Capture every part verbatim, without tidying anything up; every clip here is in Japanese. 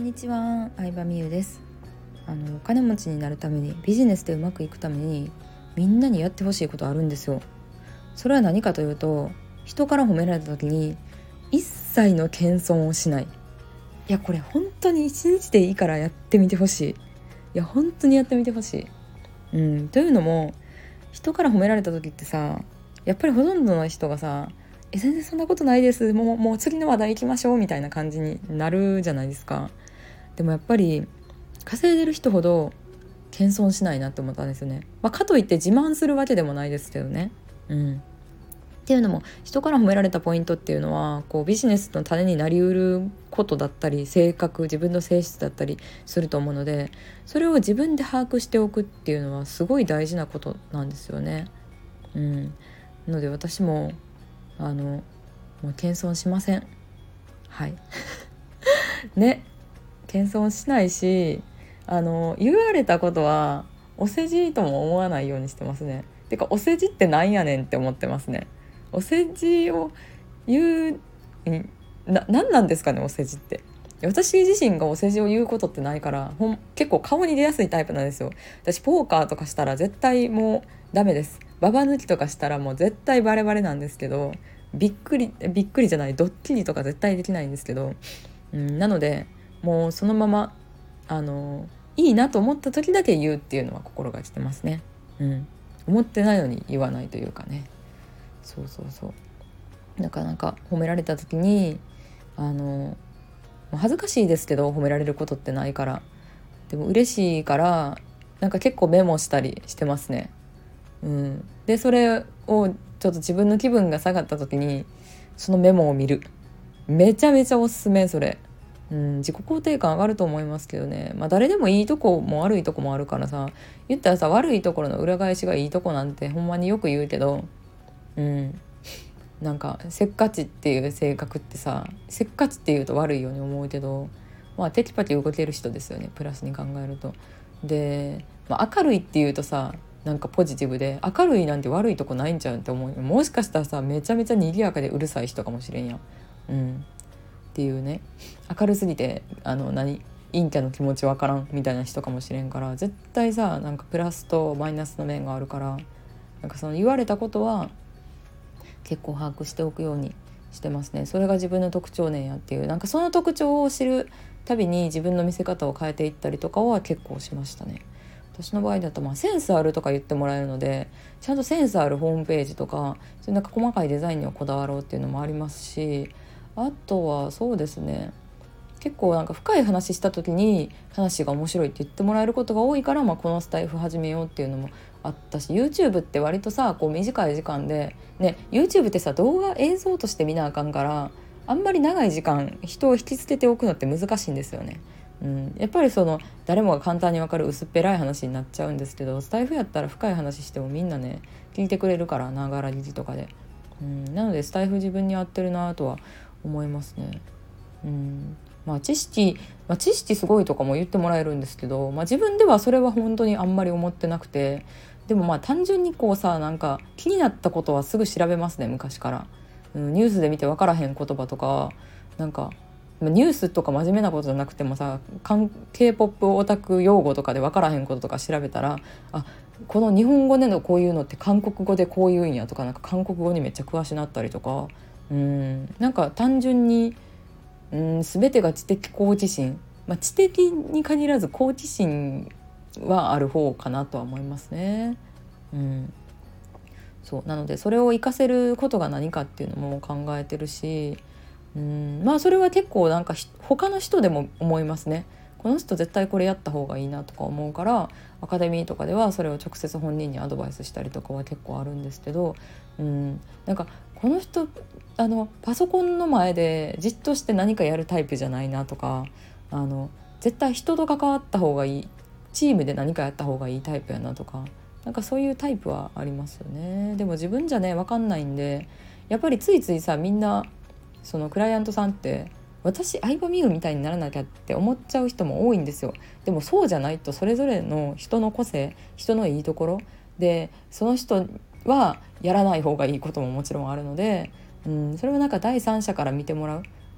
にちは、相葉美優です。あのお金持ちになるために、ビジネスでうまくいくために、みんなにやってほしいことあるんですよ。それは何かというと、人から褒められた時に一切の謙遜をしない。いやこれ本当に一日でいいからやってみてほしい。いや本当にやってみてほしい。うんというのも、人から褒められた時ってさ、やっぱりほとんどの人がさ、え全然そんなことないです、もう、もう次の話題行きましょうみたいな感じになるじゃないですか。でもやっぱり稼いでる人ほど謙遜しないなって思ったんですよね。まあ、かといって自慢するわけでもないですけどね。うん。っていうのも、人から褒められたポイントっていうのはこうビジネスの種になりうることだったり、性格、自分の性質だったりすると思うので、それを自分で把握しておくっていうのはすごい大事なことなんですよね。うん。なので私もあのもう謙遜しません。はいね。謙遜しないし、あの言われたことはお世辞とも思わないようにしてますね。てかお世辞ってなんやねんって思ってますね。お世辞を言うな、なんなんですかねお世辞って。私自身がお世辞を言うことってないから、ほん結構顔に出やすいタイプなんですよ。私ポーカーとかしたら絶対もうダメです。ババ抜きとかしたらもう絶対バレバレなんですけど、びっくりびっくりじゃない、ドッキリとか絶対できないんですけど、うん、なのでもうそのままあのいいなと思った時だけ言うっていうのは心がけてますね。うん、思ってないのに言わないというかね。そうそうそう。なかなか褒められた時にあの恥ずかしいですけど、褒められることってないから。でも嬉しいからなんか結構メモしたりしてますね。うん、でそれをちょっと自分の気分が下がった時にそのメモを見る。めちゃめちゃおすすめそれ。うん、自己肯定感上がると思いますけどね。まあ誰でもいいとこも悪いとこもあるからさ、言ったらさ、悪いところの裏返しがいいとこなんてほんまによく言うけど、うんなんかせっかちっていう性格ってさ、せっかちっていうと悪いように思うけど、まあテキパキ動ける人ですよね、プラスに考えると。で、まあ、明るいっていうとさ、なんかポジティブで、明るいなんて悪いとこないんちゃうって思う。もしかしたらさ、めちゃめちゃ賑やかでうるさい人かもしれんやん。うんっていうね。明るすぎてあの何陰キャの気持ちわからんみたいな人かもしれんから、絶対さ、なんかプラスとマイナスの面があるから、なんかその言われたことは結構把握しておくようにしてますね。それが自分の特徴ねんやっていう、なんかその特徴を知るたびに自分の見せ方を変えていったりとかは結構しましたね。私の場合だとまあセンスあるとか言ってもらえるので、ちゃんとセンスあるホームページとか、そういうなんか細かいデザインにはこだわろうっていうのもありますし、あとはそうですね、結構なんか深い話した時に話が面白いって言ってもらえることが多いから、まあ、このスタイフ始めようっていうのもあったし、 YouTube って割とさこう短い時間でね、 YouTube ってさ動画映像として見なあかんから、あんまり長い時間人を引きつけておくのって難しいんですよね。うん、やっぱりその誰もが簡単に分かる薄っぺらい話になっちゃうんですけど、スタイフやったら深い話してもみんなね聞いてくれるから、ながら聞きとかで、うん、なのでスタイフ自分に合ってるなとは思いますね。うんまあ、知識、まあ、知識すごいとかも言ってもらえるんですけど、まあ、自分ではそれは本当にあんまり思ってなくて、でもまあ単純にこうさ、なんか気になったことはすぐ調べますね、昔から。うん、ニュースで見て分からへん言葉とか、なんかニュースとか真面目なことじゃなくてもさ、 K-ポップ オタク用語とかで分からへんこととか調べたら、あ、この日本語でのこういうのって韓国語でこういうんやとか、なんか韓国語にめっちゃ詳しなったりとか、うんなんか単純にうん、全てが知的好奇心、まあ、知的に限らず好奇心はある方かなとは思いますね。うん、そうなのでそれを活かせることが何かっていうのも考えてるし、うん、まあそれは結構なんか他の人でも思いますね。この人絶対これやった方がいいなとか思うから、アカデミーとかではそれを直接本人にアドバイスしたりとかは結構あるんですけど、うん、なんかこの人あのパソコンの前でじっとして何かやるタイプじゃないなとか、あの絶対人と関わった方がいい、チームで何かやった方がいいタイプやなとか、なんかそういうタイプはありますよね。でも自分じゃね分かんないんで、やっぱりついついさ、みんなそのクライアントさんって私相葉美優みたいにならなきゃって思っちゃう人も多いんですよ。でもそうじゃないと、それぞれの人の個性、人のいいところで、その人はやらない方がいいことももちろんあるので、うん、それはなんか第三者から見てもらう、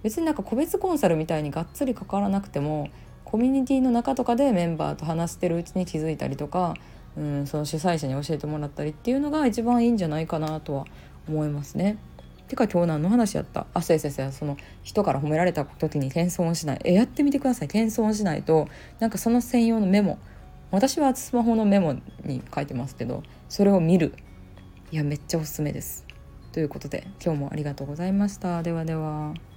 別になんか個別コンサルみたいにがっつり関わらなくても、コミュニティの中とかでメンバーと話してるうちに気づいたりとか、うん、その主催者に教えてもらったりっていうのが一番いいんじゃないかなとは思いますね。てか今日何の話やった？あ、そうやそうや、その人から褒められた時に謙遜をしない。えやってみてください。謙遜をしないと、なんかその専用のメモ、私はスマホのメモに書いてますけど、それを見る。いやめっちゃおすすめです。ということで今日もありがとうございました。ではでは。